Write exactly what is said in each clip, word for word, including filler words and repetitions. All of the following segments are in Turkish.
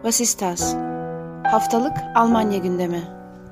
Was ist das? Haftalık Almanya gündemi.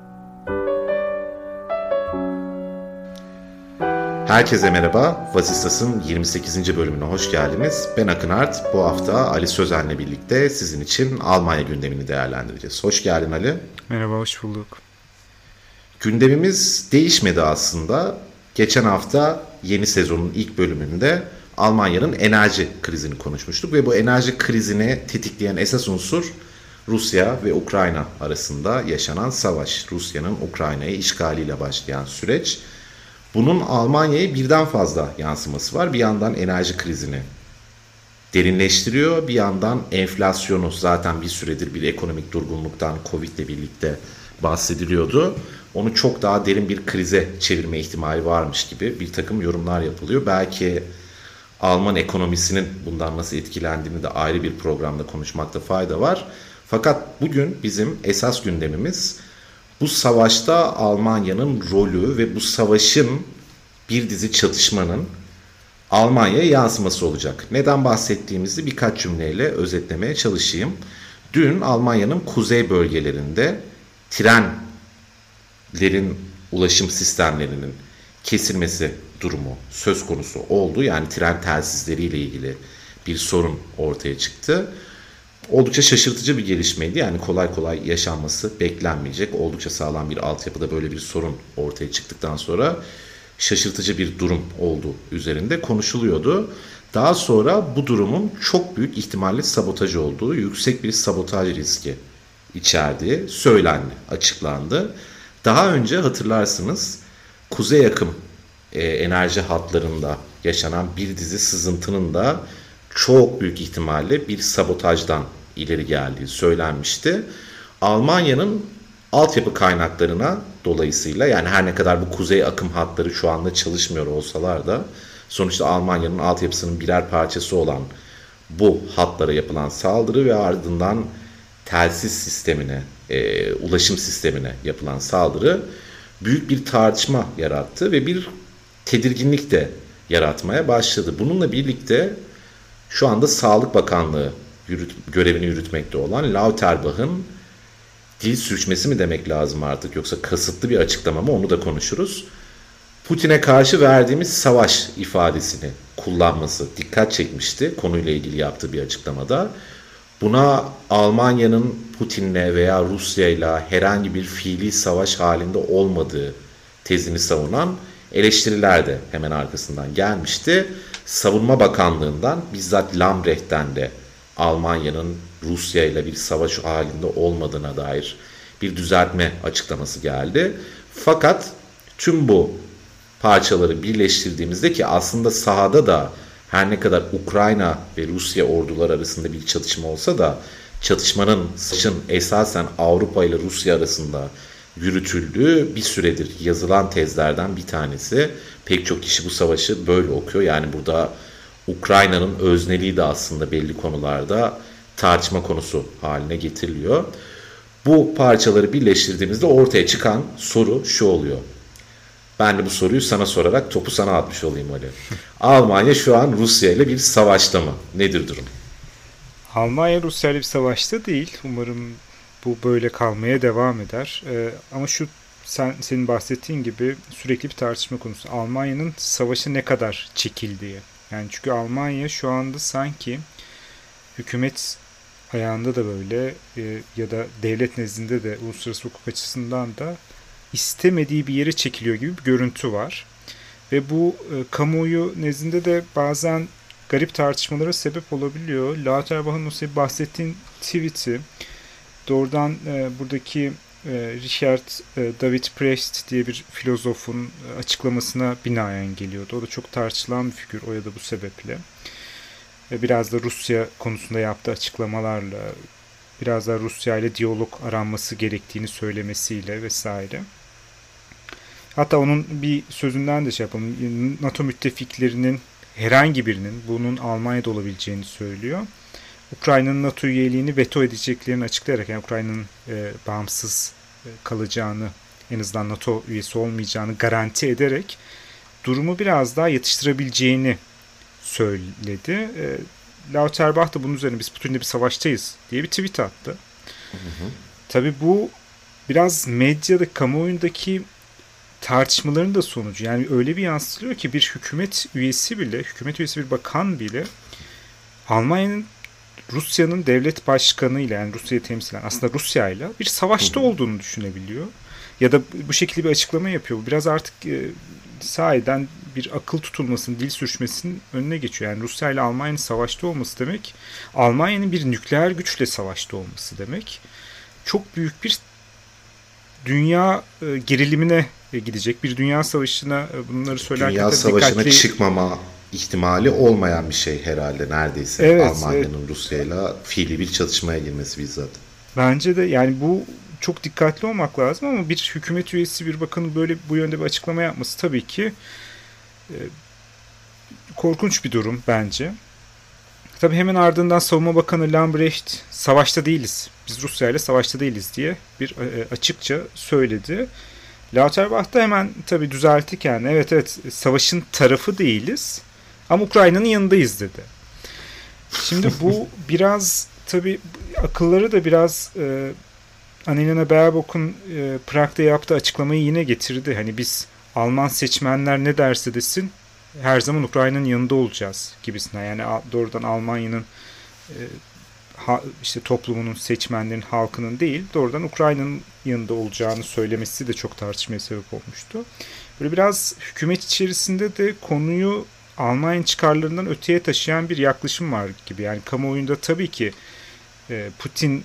Herkese merhaba. Was ist das'ın yirmi sekizinci bölümüne hoş geldiniz. Ben Akın Art. Bu hafta Ali Sözen'le birlikte sizin için Almanya gündemini değerlendireceğiz. Hoş geldin Ali. Merhaba, hoş bulduk. Gündemimiz değişmedi aslında. Geçen hafta yeni sezonun ilk bölümünde Almanya'nın enerji krizini konuşmuştuk ve bu enerji krizini tetikleyen esas unsur Rusya ve Ukrayna arasında yaşanan savaş. Rusya'nın Ukrayna'yı işgaliyle başlayan süreç. Bunun Almanya'ya birden fazla yansıması var. Bir yandan enerji krizini derinleştiriyor. Bir yandan enflasyonu, zaten bir süredir bir ekonomik durgunluktan Covid ile birlikte bahsediliyordu. Onu çok daha derin bir krize çevirme ihtimali varmış gibi bir takım yorumlar yapılıyor. Belki Alman ekonomisinin bundan nasıl etkilendiğini de ayrı bir programda konuşmakta fayda var. Fakat bugün bizim esas gündemimiz bu savaşta Almanya'nın rolü ve bu savaşın bir dizi çatışmanın Almanya'ya yansıması olacak. Neden bahsettiğimizi birkaç cümleyle özetlemeye çalışayım. Dün Almanya'nın kuzey bölgelerinde trenlerin ulaşım sistemlerinin kesilmesi durumu söz konusu oldu. Yani tren telsizleriyle ilgili bir sorun ortaya çıktı. Oldukça şaşırtıcı bir gelişmeydi. Yani kolay kolay yaşanması beklenmeyecek. Oldukça sağlam bir altyapıda böyle bir sorun ortaya çıktıktan sonra şaşırtıcı bir durum olduğu üzerinde konuşuluyordu. Daha sonra bu durumun çok büyük ihtimalle sabotaj olduğu, yüksek bir sabotaj riski içerdiği söylendi, açıklandı. Daha önce hatırlarsınız kuzey akım e, enerji hatlarında yaşanan bir dizi sızıntının da çok büyük ihtimalle bir sabotajdan ileri geldiği söylenmişti. Almanya'nın altyapı kaynaklarına dolayısıyla, yani her ne kadar bu kuzey akım hatları şu anda çalışmıyor olsalar da sonuçta Almanya'nın altyapısının birer parçası olan bu hatlara yapılan saldırı ve ardından telsiz sistemine, e, ulaşım sistemine yapılan saldırı büyük bir tartışma yarattı ve bir tedirginlik de yaratmaya başladı. Bununla birlikte şu anda Sağlık Bakanlığı yürüt, görevini yürütmekte olan Lauterbach'ın dil sürçmesi mi demek lazım artık, yoksa kasıtlı bir açıklama mı, onu da konuşuruz. Putin'e karşı verdiğimiz savaş ifadesini kullanması dikkat çekmişti konuyla ilgili yaptığı bir açıklamada. Buna Almanya'nın Putin'le veya Rusya'yla herhangi bir fiili savaş halinde olmadığı tezini savunan eleştiriler de hemen arkasından gelmişti. Savunma Bakanlığı'ndan, bizzat Lambrecht'ten de Almanya'nın Rusya ile bir savaş halinde olmadığına dair bir düzeltme açıklaması geldi. Fakat tüm bu parçaları birleştirdiğimizde, ki aslında sahada da her ne kadar Ukrayna ve Rusya ordular arasında bir çatışma olsa da çatışmanın savaşın esasen Avrupa ile Rusya arasında yürütüldüğü bir süredir yazılan tezlerden bir tanesi. Pek çok kişi bu savaşı böyle okuyor. Yani burada Ukrayna'nın özneliği de aslında belli konularda tartışma konusu haline getiriliyor. Bu parçaları birleştirdiğimizde ortaya çıkan soru şu oluyor. Ben de bu soruyu sana sorarak topu sana atmış olayım Ali. Almanya şu an Rusya ile bir savaşta mı? Nedir durum? Almanya Rusya ile bir savaşta değil. Umarım bu böyle kalmaya devam eder. Ee, ama şu sen senin bahsettiğin gibi sürekli bir tartışma konusu. Almanya'nın savaşa ne kadar çekildiği. Yani çünkü Almanya şu anda sanki hükümet ayağında da böyle e, ya da devlet nezdinde de uluslararası hukuk açısından da istemediği bir yere çekiliyor gibi bir görüntü var. Ve bu e, kamuoyu nezdinde de bazen garip tartışmalara sebep olabiliyor. Lauterbach'ın o senin bahsettiğin tweet'i doğrudan e, buradaki e, Richard e, David Precht diye bir filozofun e, açıklamasına binaen geliyordu. O da çok tartışılan bir figür o ya da bu sebeple. E, biraz da Rusya konusunda yaptığı açıklamalarla, biraz da Rusya ile diyalog aranması gerektiğini söylemesiyle vesaire. Hatta onun bir sözünden de şey yapalım. NATO müttefiklerinin herhangi birinin bunun Almanya'da olabileceğini söylüyor. Ukrayna'nın NATO üyeliğini veto edeceklerini açıklayarak, yani Ukrayna'nın e, bağımsız e, kalacağını, en azından NATO üyesi olmayacağını garanti ederek durumu biraz daha yatıştırabileceğini söyledi. E, Lauterbach da bunun üzerine biz Putin'le bir savaştayız diye bir tweet attı. Hı hı. Tabii bu biraz medyada, kamuoyundaki tartışmaların da sonucu. Yani öyle bir yansıtılıyor ki bir hükümet üyesi bile, hükümet üyesi bir bakan bile Almanya'nın Rusya'nın devlet başkanıyla, yani Rusya'yı temsilen aslında Rusya'yla bir savaşta hı hı. olduğunu düşünebiliyor. Ya da bu şekilde bir açıklama yapıyor. Bu biraz artık e, sahiden bir akıl tutulmasının, dil sürçmesinin önüne geçiyor. Yani Rusya ile Almanya'nın savaşta olması demek, Almanya'nın bir nükleer güçle savaşta olması demek. Çok büyük bir dünya e, gerilimine e, gidecek. Bir dünya savaşına e, bunları söylerken dünya savaşına dikkatli... çıkmama ihtimali olmayan bir şey herhalde neredeyse. Evet, Almanya'nın evet. Rusya'yla fiili bir çatışmaya girmesi bizzat. Bence de yani bu çok dikkatli olmak lazım ama bir hükümet üyesi, bir bakanın böyle bu yönde bir açıklama yapması tabii ki e, korkunç bir durum bence. Tabii hemen ardından Savunma Bakanı Lambrecht savaşta değiliz, biz Rusya ile savaşta değiliz diye bir e, açıkça söyledi. Lauterbach da hemen tabii düzeltirken evet evet savaşın tarafı değiliz ama Ukrayna'nın yanındayız dedi. Şimdi bu biraz tabii akılları da biraz e, Annalena Baerbock'un e, Prag'da yaptığı açıklamayı yine getirdi. Hani biz Alman seçmenler ne derse desin her zaman Ukrayna'nın yanında olacağız gibisinden. Yani doğrudan Almanya'nın e, ha, işte toplumunun, seçmenlerin, halkının değil, doğrudan Ukrayna'nın yanında olacağını söylemesi de çok tartışmaya sebep olmuştu. Böyle biraz hükümet içerisinde de konuyu Almanya çıkarlarından öteye taşıyan bir yaklaşım var gibi. Yani kamuoyunda tabii ki e, Putin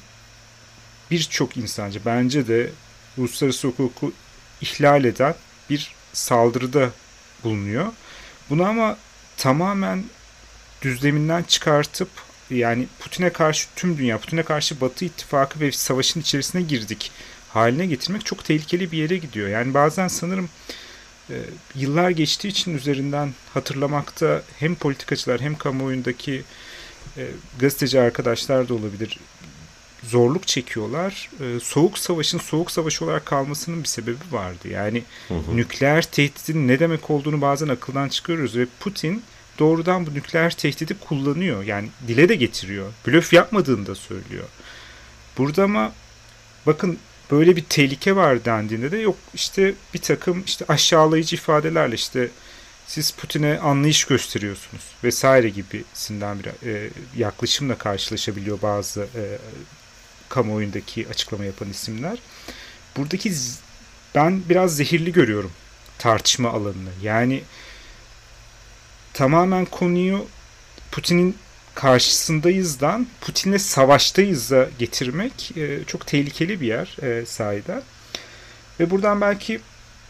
birçok insancı, bence de uluslararası hukuku ihlal eden bir saldırıda bulunuyor. Bunu ama tamamen düzleminden çıkartıp, yani Putin'e karşı tüm dünya, Putin'e karşı Batı ittifakı ve savaşın içerisine girdik haline getirmek çok tehlikeli bir yere gidiyor. Yani bazen sanırım e, yıllar geçtiği için üzerinden hatırlamakta hem politikacılar hem kamuoyundaki e, gazeteci arkadaşlar da olabilir, zorluk çekiyorlar. Ee, soğuk savaşın soğuk savaş olarak kalmasının bir sebebi vardı. Yani hı hı. nükleer tehditin ne demek olduğunu bazen akıldan çıkarıyoruz ve Putin doğrudan bu nükleer tehdidi kullanıyor. Yani dile de getiriyor. Blöf yapmadığını da söylüyor. Burada ama bakın böyle bir tehlike var dendiğinde de yok işte bir takım işte aşağılayıcı ifadelerle işte siz Putin'e anlayış gösteriyorsunuz vesaire gibisinden bir e, yaklaşımla karşılaşabiliyor bazı e, kamuoyundaki açıklama yapan isimler. Buradaki ben biraz zehirli görüyorum tartışma alanını. Yani tamamen konuyu Putin'in karşısındayızdan Putin'le savaştayız'a getirmek e, çok tehlikeli bir yer e, sahiden. Ve buradan belki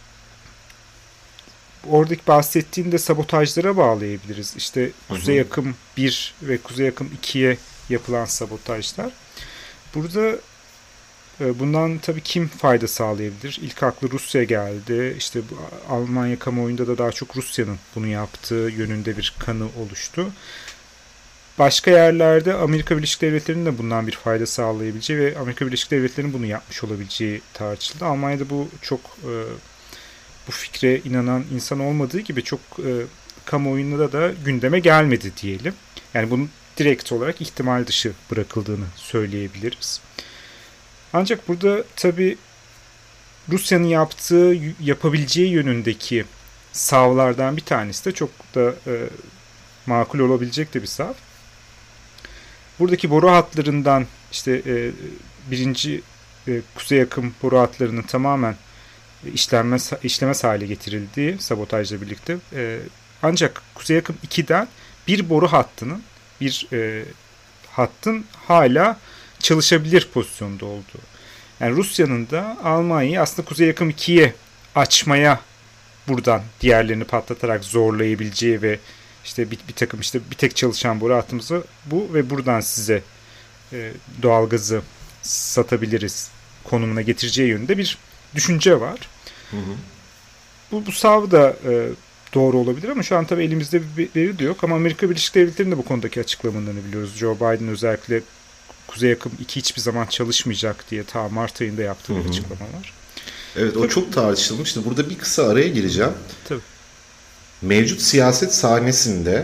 oradaki bahsettiğinde sabotajlara bağlayabiliriz. İşte Kuzey Akım bir ve Kuzey Akım ikiye yapılan sabotajlar. Burada bundan tabii kim fayda sağlayabilir? İlk aklı Rusya geldi. İşte Almanya kamuoyunda da daha çok Rusya'nın bunu yaptığı yönünde bir kanı oluştu. Başka yerlerde Amerika Birleşik Devletleri'nin de bundan bir fayda sağlayabileceği ve Amerika Birleşik Devletleri'nin bunu yapmış olabileceği tartışıldı. Almanya'da bu çok bu fikre inanan insan olmadığı gibi çok kamuoyunda da gündeme gelmedi diyelim. Yani bunun direkt olarak ihtimal dışı bırakıldığını söyleyebiliriz. Ancak burada tabii Rusya'nın yaptığı, yapabileceği yönündeki savlardan bir tanesi de çok da e, makul olabilecek de bir sav. Buradaki boru hatlarından işte e, birinci e, kuzey akım boru hatlarının tamamen işlenmez, işlemez hale getirildiği sabotajla birlikte. E, ancak kuzey akım ikiden bir boru hattının bir e, hattın hala çalışabilir pozisyonda olduğu. Yani Rusya'nın da Almanya'yı aslında Kuzey Akım ikiye açmaya buradan diğerlerini patlatarak zorlayabileceği ve işte bir, bir takım işte bir tek çalışan boru hattımızı bu ve buradan size e, doğalgazı satabiliriz konumuna getireceği yönünde bir düşünce var. Hı hı. Bu, bu sav da e, doğru olabilir ama şu an tabii elimizde bir veri de yok. Ama Amerika Birleşik Devletleri'nin de bu konudaki açıklamalarını biliyoruz. Joe Biden özellikle Kuzey Akım iki hiçbir zaman çalışmayacak diye ta Mart ayında yaptığı bir açıklama var. Evet, tabii, o çok tartışılmıştı. Burada bir kısa araya gireceğim. Tabii. Mevcut siyaset sahnesinde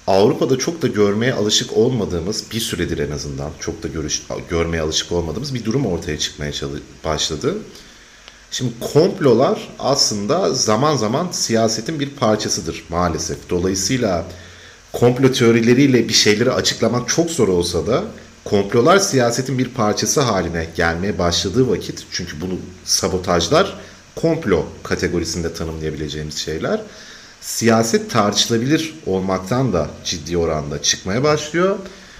Avrupa'da çok da görmeye alışık olmadığımız, bir süredir en azından çok da görüş, görmeye alışık olmadığımız bir durum ortaya çıkmaya çalı- başladı. Şimdi komplolar aslında zaman zaman siyasetin bir parçasıdır maalesef. Dolayısıyla komplo teorileriyle bir şeyleri açıklamak çok zor olsa da komplolar siyasetin bir parçası haline gelmeye başladığı vakit, çünkü bunu sabotajlar komplo kategorisinde tanımlayabileceğimiz şeyler, siyaset tartışılabilir olmaktan da ciddi oranda çıkmaya başlıyor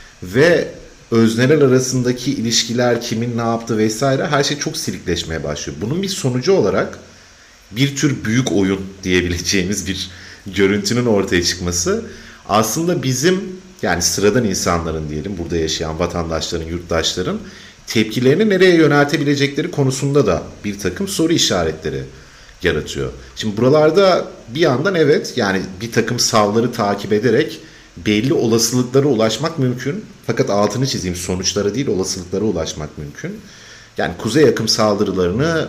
ve özneler arasındaki ilişkiler, kimin ne yaptı vesaire, her şey çok silikleşmeye başlıyor. Bunun bir sonucu olarak bir tür büyük oyun diyebileceğimiz bir görüntünün ortaya çıkması aslında bizim, yani sıradan insanların diyelim, burada yaşayan vatandaşların, yurttaşların tepkilerini nereye yöneltebilecekleri konusunda da bir takım soru işaretleri yaratıyor. Şimdi buralarda bir yandan evet, yani bir takım savları takip ederek belli olasılıklara ulaşmak mümkün. Fakat altını çizeyim, sonuçlara değil olasılıklara ulaşmak mümkün. Yani kuzey akım saldırılarını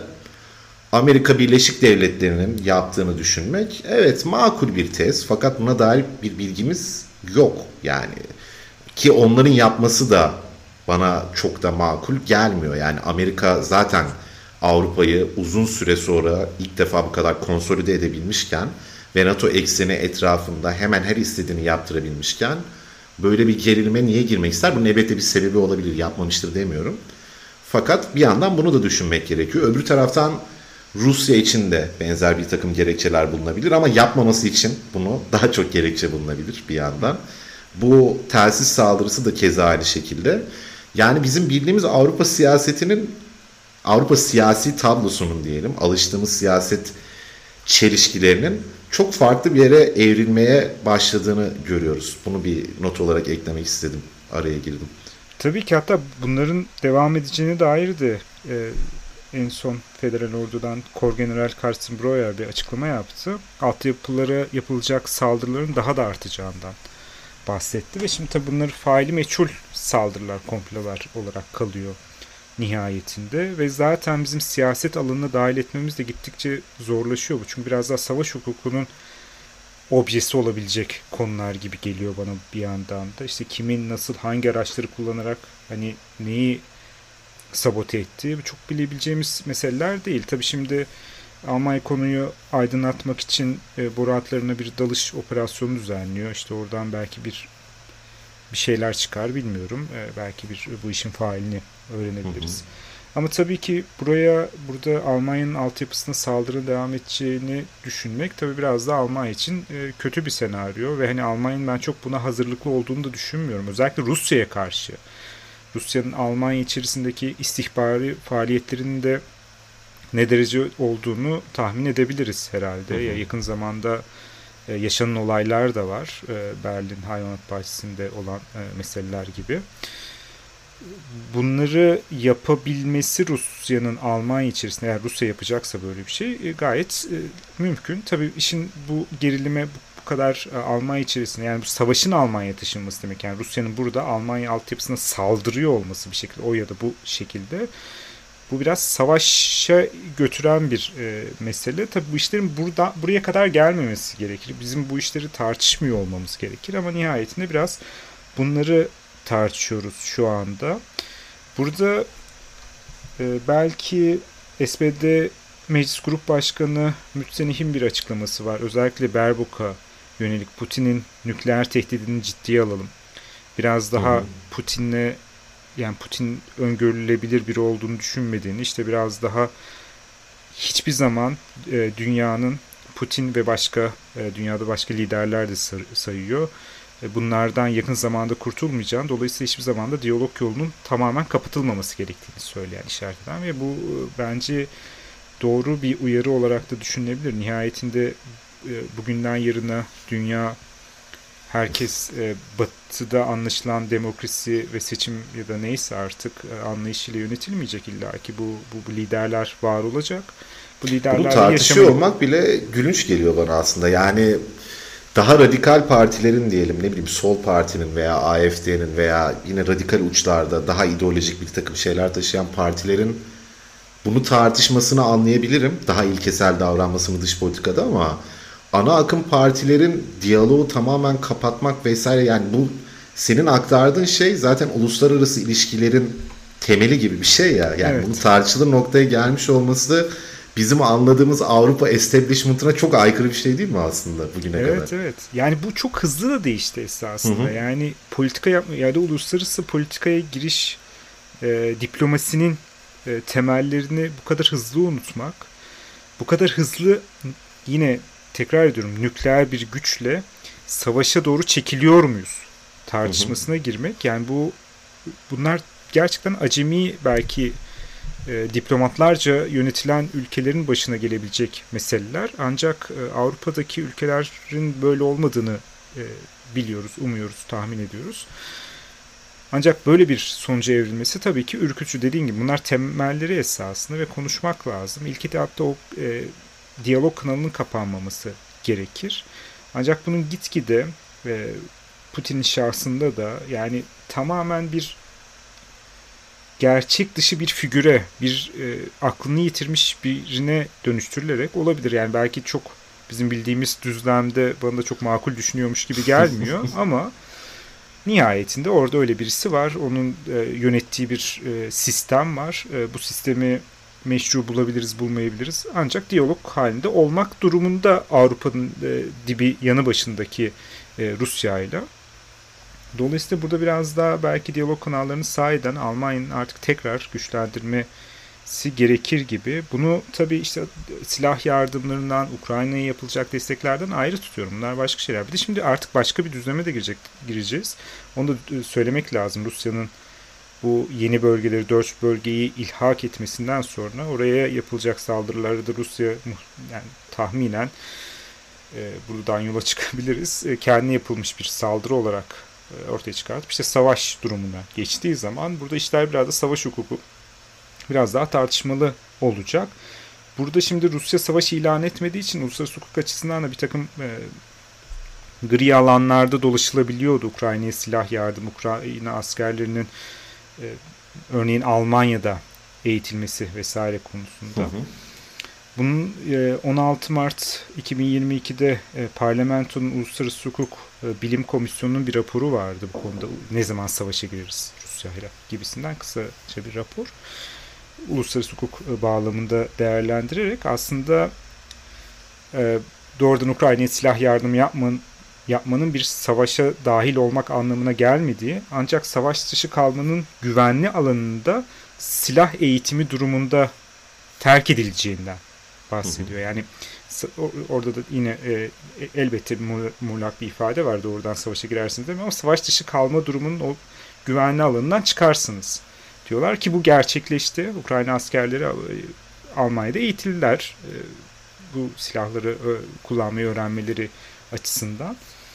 Amerika Birleşik Devletleri'nin yaptığını düşünmek evet makul bir tez, fakat buna dair bir bilgimiz yok yani, ki onların yapması da bana çok da makul gelmiyor. Yani Amerika zaten Avrupa'yı uzun süre sonra ilk defa bu kadar konsolide edebilmişken ve NATO ekseni etrafında hemen her istediğini yaptırabilmişken böyle bir gerilime niye girmek ister? Bunun elbette bir sebebi olabilir, yapmamıştır demiyorum. Fakat bir yandan bunu da düşünmek gerekiyor. Öbür taraftan Rusya için de benzer bir takım gerekçeler bulunabilir ama yapmaması için bunu daha çok gerekçe bulunabilir bir yandan. Bu telsiz saldırısı da keza aynı şekilde. Yani bizim bildiğimiz Avrupa siyasetinin, Avrupa siyasi tablosunun diyelim, alıştığımız siyaset çelişkilerinin çok farklı bir yere evrilmeye başladığını görüyoruz. Bunu bir not olarak eklemek istedim. Araya girdim. Tabii ki, hatta bunların devam edeceğine dair de e, en son Federal Ordu'dan Korgeneral Carsten Breuer bir açıklama yaptı. Altyapılara yapılacak saldırıların daha da artacağından bahsetti ve şimdi tabii bunları faili meçhul saldırılar, komplolar olarak kalıyor nihayetinde ve zaten bizim siyaset alanına dahil etmemiz de gittikçe zorlaşıyor bu. Çünkü biraz daha savaş hukukunun objesi olabilecek konular gibi geliyor bana bir yandan da. İşte kimin nasıl hangi araçları kullanarak hani neyi sabote ettiği çok bilebileceğimiz meseleler değil. Tabii şimdi Almanya konuyu aydınlatmak için e, boru hatlarına bir dalış operasyonu düzenliyor. İşte oradan belki bir bir şeyler çıkar bilmiyorum. E, belki bir bu işin failini öğrenebiliriz. Hı hı. Ama tabii ki buraya burada Almanya'nın altyapısına saldırı devam edeceğini düşünmek tabii biraz da Almanya için e, kötü bir senaryo ve hani Almanya'nın ben çok buna hazırlıklı olduğunu da düşünmüyorum. Özellikle Rusya'ya karşı. Rusya'nın Almanya içerisindeki istihbari faaliyetlerinin de ne derece olduğunu tahmin edebiliriz herhalde. Hı hı. Ya yakın zamanda e, yaşanan olaylar da var. E, Berlin Hayvanat Bahçesi'nde olan e, meseleler gibi. Bunları yapabilmesi Rusya'nın Almanya içerisinde, eğer Rusya yapacaksa böyle bir şey e, gayet e, mümkün. Tabii işin bu gerilime bu, bu kadar e, Almanya içerisinde, yani bu savaşın Almanya'ya taşınması demek. Yani Rusya'nın burada Almanya altyapısına saldırıyor olması bir şekilde, o ya da bu şekilde. Bu biraz savaşa götüren bir e, mesele. Tabii bu işlerin burada buraya kadar gelmemesi gerekir. Bizim bu işleri tartışmıyor olmamız gerekir ama nihayetinde biraz bunları tartışıyoruz şu anda. Burada e, belki S P D Meclis Grup Başkanı Mützenih'in bir açıklaması var. Özellikle Baerbock'a yönelik Putin'in nükleer tehdidini ciddiye alalım. Biraz daha Putin'le, yani Putin öngörülebilir biri olduğunu düşünmediğini, işte biraz daha hiçbir zaman e, dünyanın Putin ve başka e, dünyada başka liderler de sayıyor. E, bunlardan yakın zamanda kurtulmayacağını, dolayısıyla hiçbir zaman da diyalog yolunun tamamen kapatılmaması gerektiğini söyleyen, işaret eden ve bu e, bence doğru bir uyarı olarak da düşünülebilir. Nihayetinde e, bugünden yarına dünya, herkes e, batıda anlaşılan demokrasi ve seçim ya da neyse artık e, anlayışıyla yönetilmeyecek illa ki. Bu, bu, bu liderler var olacak. Bu liderlerle bunu tartışıyor yaşamalı... olmak bile gülünç geliyor bana aslında. Yani daha radikal partilerin diyelim, ne bileyim Sol Parti'nin veya A F D'nin veya yine radikal uçlarda daha ideolojik bir takım şeyler taşıyan partilerin bunu tartışmasını anlayabilirim. Daha ilkesel davranmasını dış politikada, ama ana akım partilerin diyaloğu tamamen kapatmak vesaire, yani bu senin aktardığın şey zaten uluslararası ilişkilerin temeli gibi bir şey ya. Yani Evet. bunun tartışılır noktaya gelmiş olması da bizim anladığımız Avrupa establishment'ına çok aykırı bir şey değil mi aslında bugüne Evet kadar? evet. Yani bu çok hızlı da değişti esasında. Hı hı. Yani politika yapma ya da uluslararası politikaya giriş e, diplomasinin e, temellerini bu kadar hızlı unutmak, bu kadar hızlı, yine tekrar ediyorum, nükleer bir güçle savaşa doğru çekiliyor muyuz tartışmasına Hı hı. girmek. Yani bu bunlar gerçekten acemi, belki e, diplomatlarca yönetilen ülkelerin başına gelebilecek meseleler. Ancak e, Avrupa'daki ülkelerin böyle olmadığını e, biliyoruz, umuyoruz, tahmin ediyoruz. Ancak böyle bir sonuca evrilmesi tabii ki ürkütücü. Dediğim gibi bunlar temelleri esasında ve konuşmak lazım. İlk etapta o e, diyalog kanalının kapanmaması gerekir. Ancak bunun gitgide e, Putin'in şahsında da, yani tamamen bir gerçek dışı bir figüre, bir e, aklını yitirmiş birine dönüştürülerek olabilir. Yani belki çok bizim bildiğimiz düzlemde bana da çok makul düşünüyormuş gibi gelmiyor ama nihayetinde orada öyle birisi var. Onun e, yönettiği bir e, sistem var. E, bu sistemi meşru bulabiliriz, bulmayabiliriz. Ancak diyalog halinde olmak durumunda Avrupa'nın e, dibi yanı başındaki e, Rusya ile. Dolayısıyla burada biraz daha belki diyalog kanallarını sahiden Almanya'nın artık tekrar güçlendirmesi gerekir gibi. Bunu tabii işte silah yardımlarından, Ukrayna'ya yapılacak desteklerden ayrı tutuyorum. Bunlar başka şeyler. Bir de şimdi artık başka bir düzleme de girecek, gireceğiz. Onu da söylemek lazım. Rusya'nın bu yeni bölgeleri, dört bölgeyi ilhak etmesinden sonra oraya yapılacak saldırıları da Rusya yani tahminen e, buradan yola çıkabiliriz. E, kendine yapılmış bir saldırı olarak ortaya çıkartıp işte savaş durumuna geçtiği zaman burada işler biraz da savaş hukuku biraz daha tartışmalı olacak. Burada şimdi Rusya savaş ilan etmediği için uluslararası hukuk açısından da bir takım e, gri alanlarda dolaşılabiliyordu. Ukrayna'ya silah yardım, Ukrayna askerlerinin e, örneğin Almanya'da eğitilmesi vesaire konusunda. Hı hı. Bunun on altı Mart iki bin yirmi ikide Parlamento'nun Uluslararası Hukuk Bilim Komisyonu'nun bir raporu vardı bu konuda. Ne zaman savaşa gireriz Rusya'yla gibisinden kısaca bir rapor. Uluslararası hukuk bağlamında değerlendirerek aslında doğrudan Ukrayna'ya silah yardımı yapmanın, yapmanın bir savaşa dahil olmak anlamına gelmediği, ancak savaş dışı kalmanın güvenli alanında silah eğitimi durumunda terk edileceğinden bahsediyor. Yani orada da yine e, elbette muğlak bir ifade var, doğrudan savaşa girersiniz demiyor ama savaş dışı kalma durumunun o güvenli alanından çıkarsınız diyorlar ki bu gerçekleşti. Ukrayna askerleri Almanya'da eğitildiler. E, bu silahları e, kullanmayı öğrenmeleri açısından.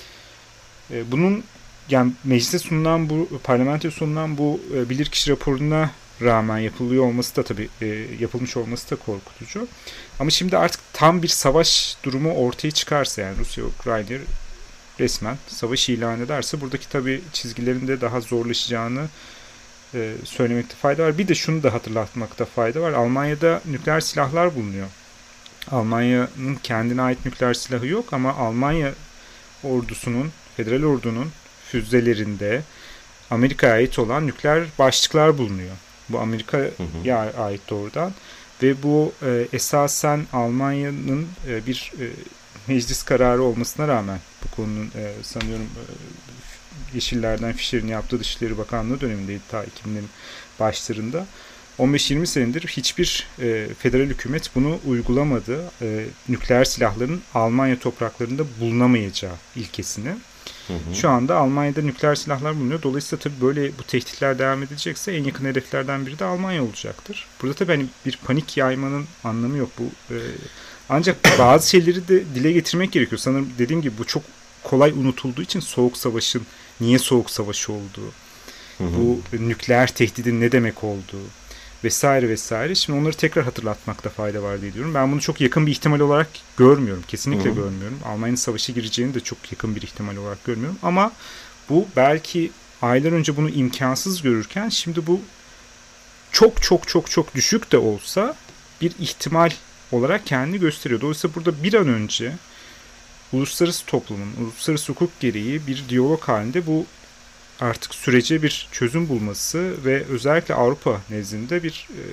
E, bunun yani meclise sunulan bu, parlamentoya sunulan bu e, bilirkişi raporuna rağmen yapılıyor olması da tabii e, yapılmış olması da korkutucu. Ama şimdi artık tam bir savaş durumu ortaya çıkarsa, yani Rusya Ukrayna resmen savaş ilan ederse buradaki tabii çizgilerin de daha zorlaşacağını e, söylemekte fayda var. Bir de şunu da hatırlatmakta fayda var. Almanya'da nükleer silahlar bulunuyor. Almanya'nın kendine ait nükleer silahı yok ama Almanya ordusunun, federal ordunun füzelerinde Amerika'ya ait olan nükleer başlıklar bulunuyor. Bu Amerika'ya ait doğrudan ve bu e, esasen Almanya'nın e, bir e, meclis kararı olmasına rağmen bu konunun e, sanıyorum e, Yeşillerden Fischer'in yaptığı Dışişleri Bakanlığı dönemindeydi ta iki binlerin başlarında. on beş yirmi senedir hiçbir e, federal hükümet bunu uygulamadı. E, nükleer silahların Almanya topraklarında bulunamayacağı ilkesini. Hı hı. Şu anda Almanya'da nükleer silahlar bulunuyor. Dolayısıyla tabii böyle bu tehditler devam edecekse en yakın hedeflerden biri de Almanya olacaktır. Burada tabii hani bir panik yaymanın anlamı yok. Bu e, ancak bazı şeyleri de dile getirmek gerekiyor. Sanırım dediğim gibi bu çok kolay unutulduğu için Soğuk Savaş'ın niye Soğuk Savaş olduğu, hı hı. bu nükleer tehdidin ne demek olduğu vesaire vesaire. Şimdi onları tekrar hatırlatmakta fayda var diye diyorum. Ben bunu çok yakın bir ihtimal olarak görmüyorum. Kesinlikle Hı-hı. görmüyorum. Almanya'nın savaşa gireceğini de çok yakın bir ihtimal olarak görmüyorum. Ama bu belki aylar önce bunu imkansız görürken şimdi bu çok çok çok çok düşük de olsa bir ihtimal olarak kendini gösteriyor. Dolayısıyla burada bir an önce uluslararası toplumun, uluslararası hukuk gereği bir diyalog halinde bu artık sürece bir çözüm bulması ve özellikle Avrupa nezdinde bir e,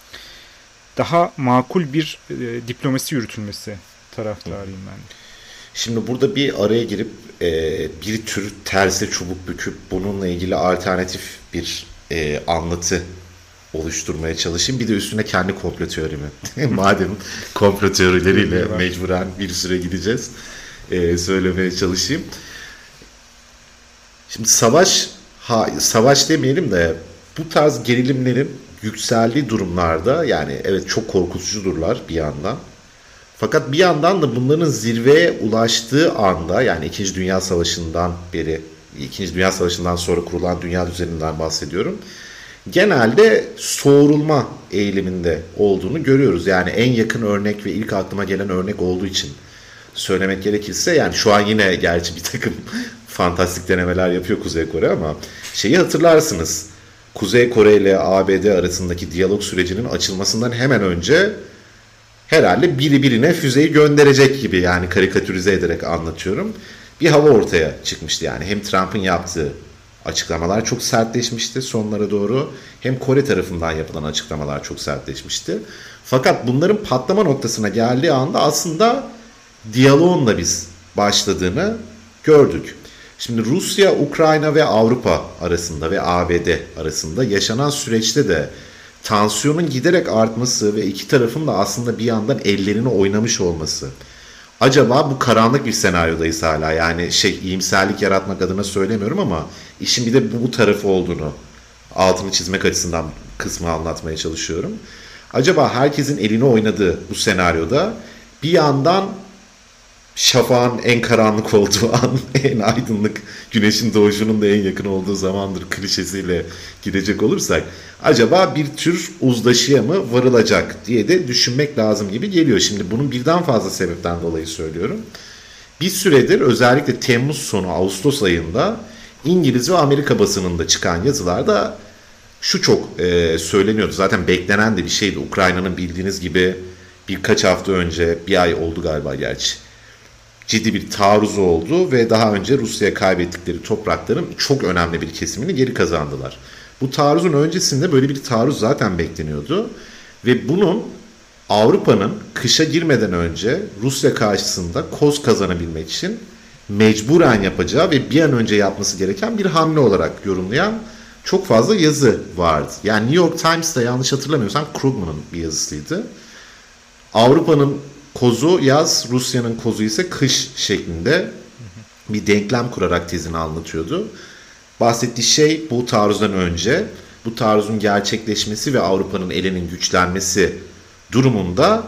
daha makul bir e, diplomasi yürütülmesi taraftarıyım ben. Şimdi burada bir araya girip e, bir tür terse çubuk büküp bununla ilgili alternatif bir e, anlatı oluşturmaya çalışayım. Bir de üstüne kendi komplo teorimi. Madem komplo teorileriyle mecburen bir süre gideceğiz. E, söylemeye çalışayım. Şimdi savaş, ha, savaş demeyelim de bu tarz gerilimlerin yükseldiği durumlarda, yani evet çok korkutucudurlar bir yandan. Fakat bir yandan da bunların zirveye ulaştığı anda, yani İkinci Dünya Savaşı'ndan beri, İkinci Dünya Savaşı'ndan sonra kurulan dünya düzeninden bahsediyorum. Genelde soğurulma eğiliminde olduğunu görüyoruz. Yani en yakın örnek ve ilk aklıma gelen örnek olduğu için söylemek gerekirse, yani şu an yine gerçi bir takım fantastik denemeler yapıyor Kuzey Kore ama şeyi hatırlarsınız. Kuzey Kore ile A B D arasındaki diyalog sürecinin açılmasından hemen önce herhalde biri birine füzeyi gönderecek gibi, yani karikatürize ederek anlatıyorum, bir hava ortaya çıkmıştı. Yani hem Trump'ın yaptığı açıklamalar çok sertleşmişti sonlara doğru, hem Kore tarafından yapılan açıklamalar çok sertleşmişti. Fakat bunların patlama noktasına geldiği anda aslında diyaloğun da biz başladığını gördük. Şimdi Rusya, Ukrayna ve Avrupa arasında ve A B D arasında yaşanan süreçte de tansiyonun giderek artması ve iki tarafın da aslında bir yandan ellerini oynamış olması. Acaba bu karanlık bir senaryodayız hala, yani şey, iyimserlik yaratmak adına söylemiyorum ama işin bir de bu, bu tarafı olduğunu altını çizmek açısından kısmı anlatmaya çalışıyorum. Acaba herkesin elini oynadığı bu senaryoda bir yandan şafağın en karanlık olduğu an, en aydınlık, güneşin doğuşunun da en yakın olduğu zamandır klişesiyle gidecek olursak, acaba bir tür uzlaşıya mı varılacak diye de düşünmek lazım gibi geliyor. Şimdi bunun birden fazla sebepten dolayı söylüyorum. Bir süredir, özellikle Temmuz sonu Ağustos ayında İngiliz ve Amerika basınında çıkan yazılarda şu çok e, söyleniyordu. Zaten beklenen de bir şeydi. Ukrayna'nın bildiğiniz gibi birkaç hafta önce, bir ay oldu galiba gerçi, ciddi bir taarruzu oldu ve daha önce Rusya'ya kaybettikleri toprakların çok önemli bir kesimini geri kazandılar. Bu taarruzun öncesinde böyle bir taarruz zaten bekleniyordu ve bunun Avrupa'nın kışa girmeden önce Rusya karşısında koz kazanabilmek için mecburen yapacağı ve bir an önce yapması gereken bir hamle olarak yorumlayan çok fazla yazı vardı. Yani New York Times'ta, yanlış hatırlamıyorsam, Krugman'ın bir yazısıydı. Avrupa'nın kozu yaz, Rusya'nın kozu ise kış şeklinde bir denklem kurarak tezini anlatıyordu. Bahsettiği şey, bu taarruzdan önce, bu taarruzun gerçekleşmesi ve Avrupa'nın elinin güçlenmesi durumunda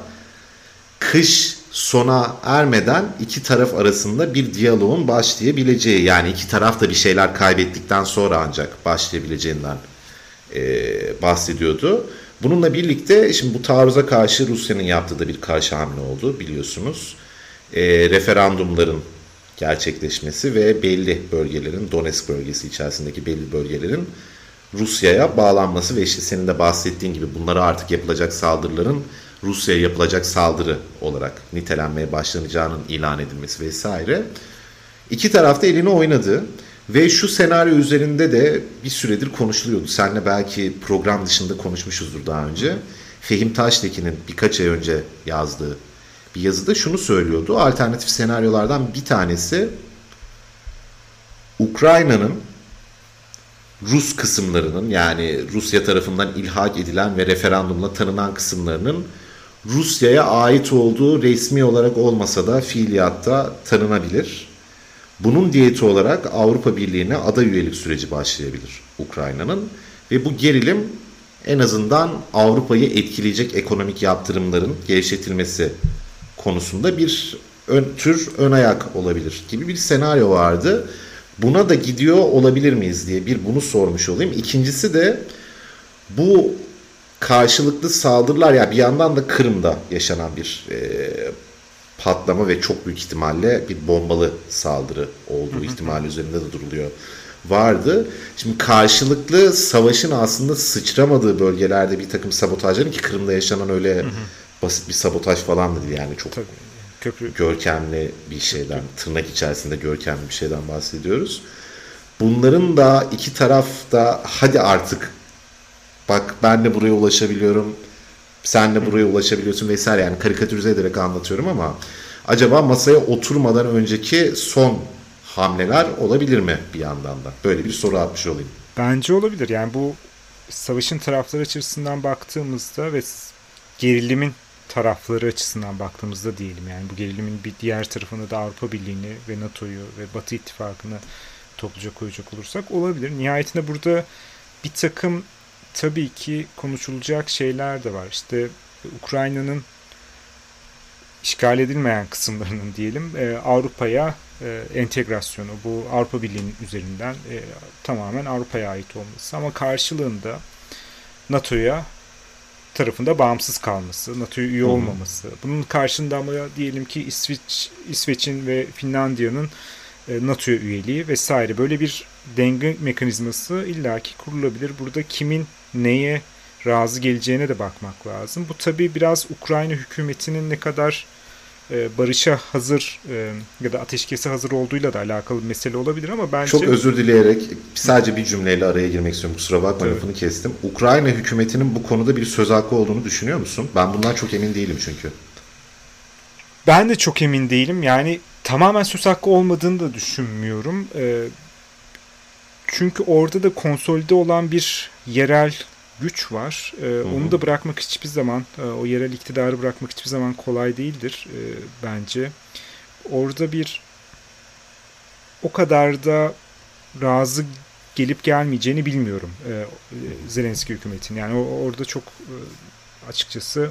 kış sona ermeden iki taraf arasında bir diyaloğun başlayabileceği, yani iki taraf da bir şeyler kaybettikten sonra ancak başlayabileceğinden e, bahsediyordu. Bununla birlikte şimdi bu taarruza karşı Rusya'nın yaptığı da bir karşı hamle oldu biliyorsunuz. E, referandumların gerçekleşmesi ve belli bölgelerin, Donetsk bölgesi içerisindeki belli bölgelerin Rusya'ya bağlanması ve işte senin de bahsettiğin gibi bunlara artık yapılacak saldırıların Rusya'ya yapılacak saldırı olarak nitelenmeye başlanacağının ilan edilmesi vesaire. İki tarafta elini oynadı ve şu senaryo üzerinde de bir süredir konuşuluyordu. Seninle belki program dışında konuşmuşuzdur daha önce. Fehim Taştekin'in birkaç ay önce yazdığı bir yazıda şunu söylüyordu. Alternatif senaryolardan bir tanesi, Ukrayna'nın Rus kısımlarının, yani Rusya tarafından ilhak edilen ve referandumla tanınan kısımlarının Rusya'ya ait olduğu resmi olarak olmasa da fiiliyatta tanınabilir. Bunun diyeti olarak Avrupa Birliği'ne aday üyelik süreci başlayabilir Ukrayna'nın ve bu gerilim en azından Avrupa'yı etkileyecek ekonomik yaptırımların gevşetilmesi konusunda bir ön, tür ön ayak olabilir gibi bir senaryo vardı. Buna da gidiyor olabilir miyiz diye bir bunu sormuş olayım. İkincisi de bu karşılıklı saldırılar, ya bir yandan da Kırım'da yaşanan bir e, patlama ve çok büyük ihtimalle bir bombalı saldırı olduğu ihtimali üzerinde de duruluyor vardı. Şimdi karşılıklı savaşın aslında sıçramadığı bölgelerde bir takım sabotajların, ki Kırım'da yaşanan öyle hı hı. basit bir sabotaj falan da değil yani, çok Tabii. Köprü. görkemli bir şeyden, tırnak içerisinde görkemli bir şeyden bahsediyoruz. Bunların da iki taraf da hadi artık bak ben de buraya ulaşabiliyorum, sen de buraya ulaşabiliyorsun vesaire, yani karikatürize ederek anlatıyorum ama acaba masaya oturmadan önceki son hamleler olabilir mi bir yandan da? Böyle bir soru atmış olayım. Bence olabilir. Yani bu savaşın tarafları açısından baktığımızda ve gerilimin tarafları açısından baktığımızda diyelim, yani bu gerilimin bir diğer tarafında da Avrupa Birliği'ni ve NATO'yu ve Batı İttifakı'nı topluca koyacak olursak olabilir. Nihayetinde burada bir takım tabii ki konuşulacak şeyler de var. İşte Ukrayna'nın işgal edilmeyen kısımlarının diyelim e, Avrupa'ya e, entegrasyonu, bu Avrupa Birliği'nin üzerinden e, tamamen Avrupa'ya ait olması ama karşılığında NATO'ya tarafında bağımsız kalması, NATO'ya üye olmaması. Bunun karşında ama diyelim ki İsveç, İsveç'in ve Finlandiya'nın e, NATO'ya üyeliği vesaire, böyle bir denge mekanizması illaki kurulabilir. Burada kimin neye razı geleceğine de bakmak lazım. Bu tabii biraz Ukrayna hükümetinin ne kadar e, barışa hazır e, ya da ateşkese hazır olduğuyla da alakalı bir mesele olabilir ama bence... Çok özür dileyerek sadece bir cümleyle araya girmek istiyorum. Kusura bakma, evet. Lafını kestim. Ukrayna hükümetinin bu konuda bir söz hakkı olduğunu düşünüyor musun? Ben bundan çok emin değilim çünkü. Ben de çok emin değilim. Yani tamamen söz hakkı olmadığını da düşünmüyorum. E, çünkü orada da konsolide olan bir yerel güç var. Ee, hı hı. Onu da bırakmak hiçbir zaman, o yerel iktidarı bırakmak hiçbir zaman kolay değildir e, bence. Orada bir o kadar da razı gelip gelmeyeceğini bilmiyorum e, Zelenski hükümetin. Yani o, orada çok e, açıkçası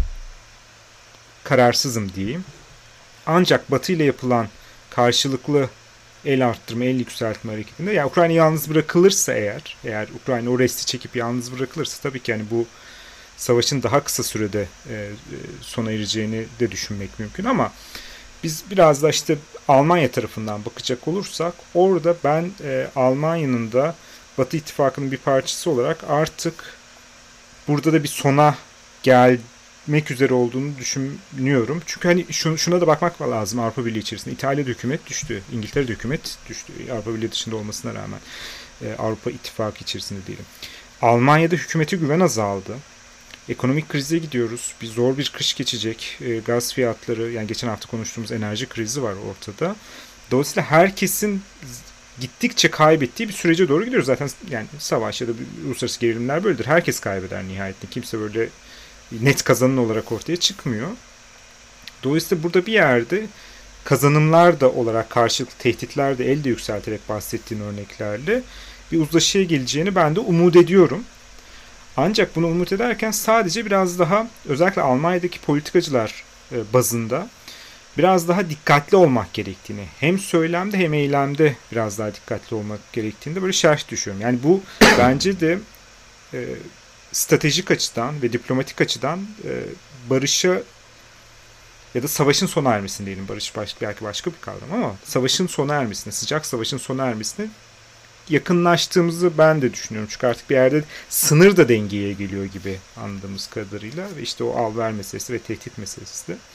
kararsızım diyeyim. Ancak Batı ile yapılan karşılıklı el arttırma, el yükseltme hareketinde, yani Ukrayna yalnız bırakılırsa eğer, eğer Ukrayna o resti çekip yalnız bırakılırsa tabii ki yani bu savaşın daha kısa sürede e, sona ereceğini de düşünmek mümkün ama biz biraz da işte Almanya tarafından bakacak olursak orada ben e, Almanya'nın da Batı İttifakı'nın bir parçası olarak artık burada da bir sona gel mek üzere olduğunu düşünüyorum. Çünkü hani şuna da bakmak lazım Avrupa Birliği içerisinde. İtalya'da hükümet düştü. İngiltere'de hükümet düştü. Avrupa Birliği dışında olmasına rağmen. Avrupa İttifakı içerisinde diyelim. Almanya'da hükümete güven azaldı. Ekonomik krize gidiyoruz. Bir zor bir kış geçecek. Gaz fiyatları, yani geçen hafta konuştuğumuz enerji krizi var ortada. Dolayısıyla herkesin gittikçe kaybettiği bir sürece doğru gidiyoruz. Zaten yani savaş ya da uluslararası gerilimler böyledir. Herkes kaybeder nihayetinde. Kimse böyle net kazanın olarak ortaya çıkmıyor. Dolayısıyla burada bir yerde kazanımlar da olarak karşılıklı tehditler de elde yükselterek bahsettiğin örneklerle bir uzlaşıya geleceğini ben de umut ediyorum. Ancak bunu umut ederken sadece biraz daha özellikle Almanya'daki politikacılar bazında biraz daha dikkatli olmak gerektiğini, hem söylemde hem eylemde biraz daha dikkatli olmak gerektiğini böyle şerh düşüyorum. Yani bu bence de e, stratejik açıdan ve diplomatik açıdan e, barışa ya da savaşın sona ermesine diyelim. Barış başka, belki başka bir kavram ama savaşın sona ermesine, sıcak savaşın sona ermesine yakınlaştığımızı ben de düşünüyorum. Çünkü artık bir yerde sınır da dengeye geliyor gibi anladığımız kadarıyla ve işte o al-ver meselesi ve tehdit meselesi de.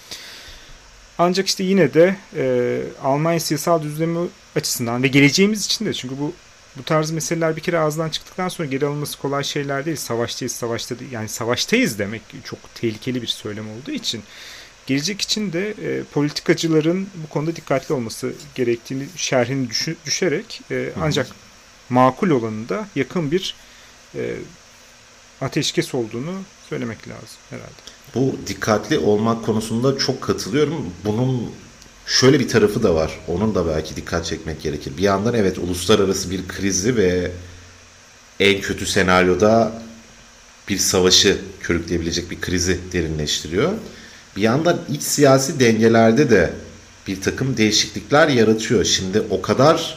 Ancak işte yine de e, Almanya siyasal düzlemi açısından ve geleceğimiz için de, çünkü bu bu tarz meseleler bir kere ağızdan çıktıktan sonra geri alınması kolay şeyler değil. Savaştayız, savaşta değil. Yani savaştayız demek çok tehlikeli bir söylem olduğu için gelecek için de e, politikacıların bu konuda dikkatli olması gerektiğini şerhini düşü, düşerek e, ancak makul olanın da yakın bir e, ateşkes olduğunu söylemek lazım herhalde. Bu dikkatli olmak konusunda çok katılıyorum. Bunun şöyle bir tarafı da var. Onun da belki dikkat çekmek gerekir. Bir yandan evet, uluslararası bir krizi ve en kötü senaryoda bir savaşı körükleyebilecek bir krizi derinleştiriyor. Bir yandan iç siyasi dengelerde de bir takım değişiklikler yaratıyor. Şimdi o kadar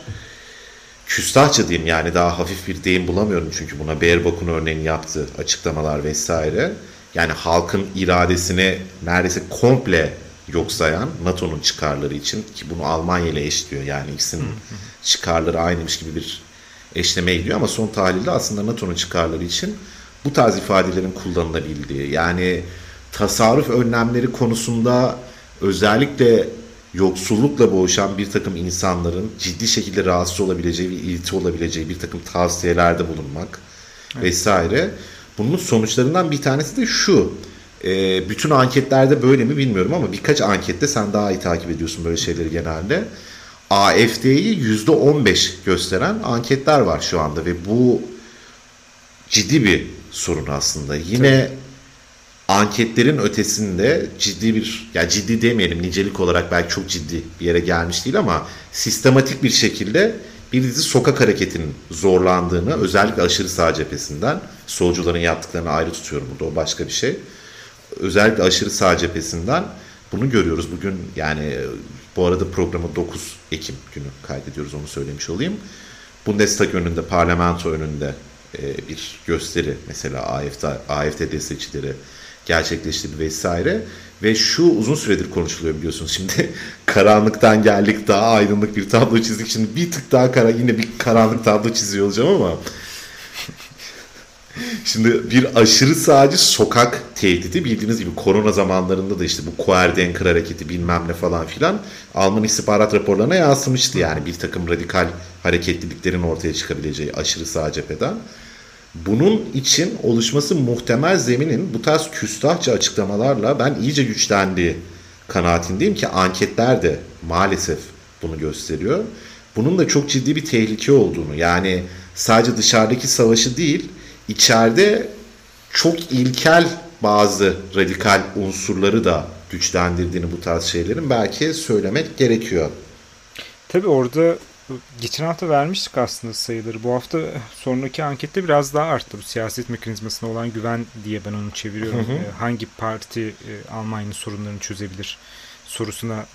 küstahça diyeyim, yani daha hafif bir deyim bulamıyorum çünkü buna, Baerbock'un örneğini yaptığı açıklamalar vesaire. Yani halkın iradesini neredeyse komple yok sayan, NATO'nun çıkarları için, ki bunu Almanya ile eşliyor, yani ikisinin çıkarları aynıymış gibi bir eşlemeye gidiyor ama son tahlilde aslında NATO'nun çıkarları için bu tarz ifadelerin kullanılabildiği, yani tasarruf önlemleri konusunda özellikle yoksullukla boğuşan bir takım insanların ciddi şekilde rahatsız olabileceği ve irite olabileceği bir takım tavsiyelerde bulunmak evet. vesaire. Bunun sonuçlarından bir tanesi de şu. E, bütün anketlerde böyle mi bilmiyorum ama birkaç ankette sen daha iyi takip ediyorsun böyle şeyleri genelde. A F D'yi yüzde on beş gösteren anketler var şu anda ve bu ciddi bir sorun aslında. Yine Tabii. anketlerin ötesinde ciddi bir, ya ciddi demeyelim, nicelik olarak belki çok ciddi bir yere gelmiş değil ama sistematik bir şekilde bir dizi sokak hareketinin zorlandığını, özellikle aşırı sağ cephesinden, solcuların yaptıklarını ayrı tutuyorum burada, o başka bir şey. Özellikle aşırı sağ cephesinden bunu görüyoruz. Bugün yani bu arada programı dokuz Ekim günü kaydediyoruz, onu söylemiş olayım. Bundestag önünde, parlamento önünde e, bir gösteri mesela A F D, A F D destekçileri gerçekleştirdi vesaire. Ve şu uzun süredir konuşuluyor biliyorsunuz. Şimdi karanlıktan geldik, daha aydınlık bir tablo çizdik. Şimdi bir tık daha kara, yine bir karanlık tablo çiziyor olacağım ama şimdi bir aşırı sağcı sokak tehdidi, bildiğiniz gibi korona zamanlarında da işte bu Querdenker hareketi bilmem ne falan filan Alman istihbarat raporlarına yansımıştı. Yani bir takım radikal hareketliliklerin ortaya çıkabileceği aşırı sağ cepheden. Bunun için oluşması muhtemel zeminin bu tarz küstahça açıklamalarla ben iyice güçlendiği kanaatindeyim ki anketler de maalesef bunu gösteriyor. Bunun da çok ciddi bir tehlike olduğunu, yani sadece dışarıdaki savaşı değil, İçeride çok ilkel bazı radikal unsurları da güçlendirdiğini bu tarz şeylerin belki söylemek gerekiyor. Tabii orada geçen hafta vermiştik aslında sayıları. Bu hafta sonraki ankette biraz daha arttı. Bu siyaset mekanizmasına olan güven diye ben onu çeviriyorum. Hı hı. Hangi parti Almanya'nın sorunlarını çözebilir sorusuna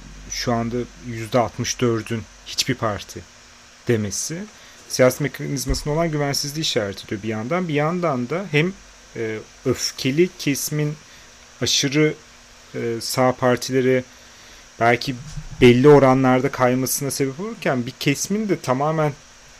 şu anda yüzde altmış dördün hiçbir parti demesi siyaset mekanizmasına olan güvensizliği işaret ediyor bir yandan. Bir yandan da hem e, öfkeli kesimin aşırı e, sağ partileri belki belli oranlarda kaymasına sebep olurken bir kesimin de tamamen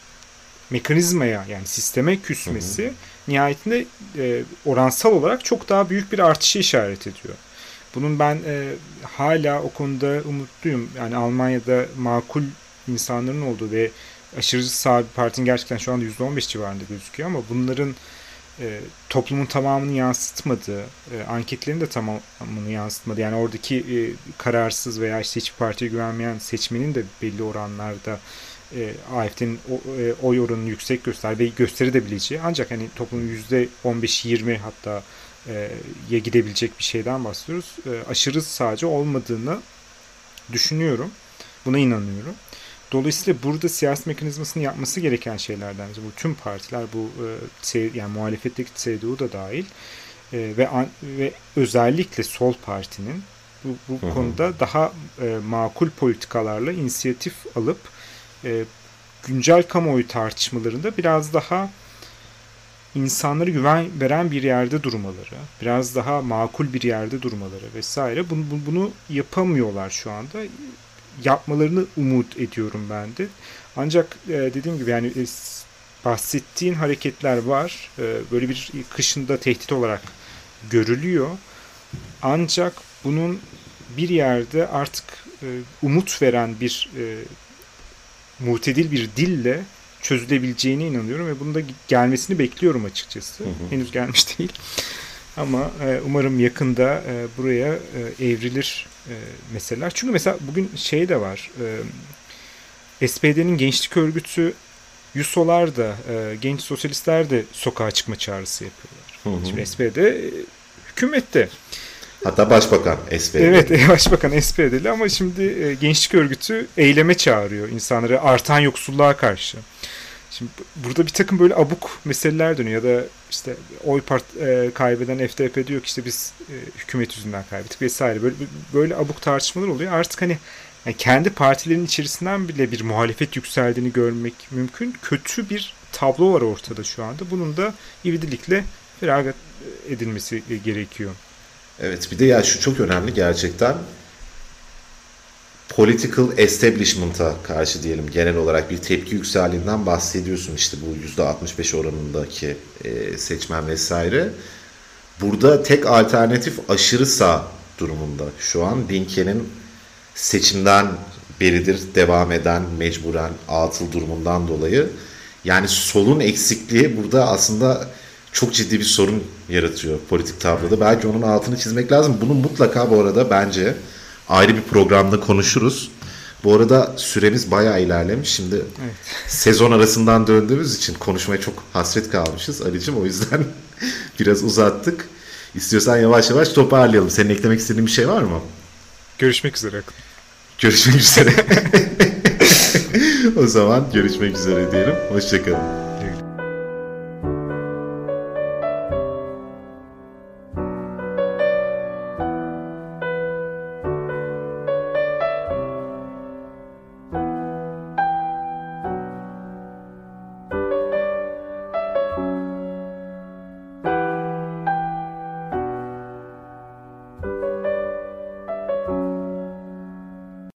mekanizmaya, yani sisteme küsmesi hı hı. nihayetinde e, oransal olarak çok daha büyük bir artışa işaret ediyor. Bunun ben e, hala o konuda umutluyum. Yani Almanya'da makul insanların olduğu ve aşırı sağ bir partinin gerçekten şu anda yüzde on beş civarında gözüküyor ama bunların e, toplumun tamamını yansıtmadığı, e, anketlerin de tamamını yansıtmadığı, yani oradaki e, kararsız veya işte hiçbir partiye güvenmeyen seçmenin de belli oranlarda e, A F D'nin o, e, oy oranını yüksek göster ve gösterebileceği, ancak hani toplumun yüzde on beş yirmi hatta e, ya gidebilecek bir şeyden bahsediyoruz. E, aşırı sağcı olmadığını düşünüyorum. Buna inanıyorum. Dolayısıyla burada siyasi mekanizmasını yapması gereken şeylerden bu tüm partiler, bu e, yani muhalefetteki C D U da dahil e, ve an, ve özellikle sol partinin bu, bu hı hı. konuda daha e, makul politikalarla inisiyatif alıp e, güncel kamuoyu tartışmalarında biraz daha insanlara güven veren bir yerde durmaları, biraz daha makul bir yerde durmaları vesaire, bunu, bunu yapamıyorlar şu anda. Yapmalarını umut ediyorum ben de. Ancak e, dediğim gibi yani e, bahsettiğin hareketler var. E, böyle bir kışında tehdit olarak görülüyor. Ancak bunun bir yerde artık e, umut veren bir e, mutedil bir dille çözülebileceğine inanıyorum ve bunun da gelmesini bekliyorum açıkçası. Hı hı. Henüz gelmiş değil. Ama e, umarım yakında e, buraya e, evrilir e, meseleler. Çünkü mesela bugün şey de var. E, S P D'nin gençlik örgütü Yusolar da, e, genç sosyalistler de sokağa çıkma çağrısı yapıyorlar. Hı hı. Şimdi S P D e, hükümette. Hatta başbakan S P D. Evet, başbakan S P D'li ama şimdi e, gençlik örgütü eyleme çağırıyor insanları artan yoksulluğa karşı. Şimdi burada bir takım böyle abuk meseleler dönüyor ya da işte oy part e, kaybeden F D P diyor ki işte biz e, hükümet yüzünden kaybettik vesaire, böyle böyle abuk tartışmalar oluyor. Artık hani yani kendi partilerin içerisinden bile bir muhalefet yükseldiğini görmek mümkün. Kötü bir tablo var ortada şu anda. Bunun da ivedilikle feragat edilmesi gerekiyor. Evet, bir de ya şu çok önemli gerçekten. Political establishment'a karşı diyelim genel olarak bir tepki yükseldiğinden bahsediyorsun, işte bu yüzde altmış beş oranındaki e, seçmen vesaire. Burada tek alternatif aşırı sağ durumunda şu an. Linke'nin seçimden beridir devam eden mecburen atıl durumundan dolayı. Yani solun eksikliği burada aslında çok ciddi bir sorun yaratıyor politik tabloda. Belki onun altını çizmek lazım. Bunu mutlaka bu arada bence ayrı bir programda konuşuruz. Bu arada süremiz bayağı ilerlemiş. Şimdi evet. Sezon arasından döndüğümüz için konuşmaya çok hasret kalmışız Ali'cim. O yüzden biraz uzattık. İstiyorsan yavaş yavaş toparlayalım. Senin eklemek istediğin bir şey var mı? Görüşmek üzere. Görüşmek üzere. O zaman görüşmek üzere diyelim. Hoşçakalın.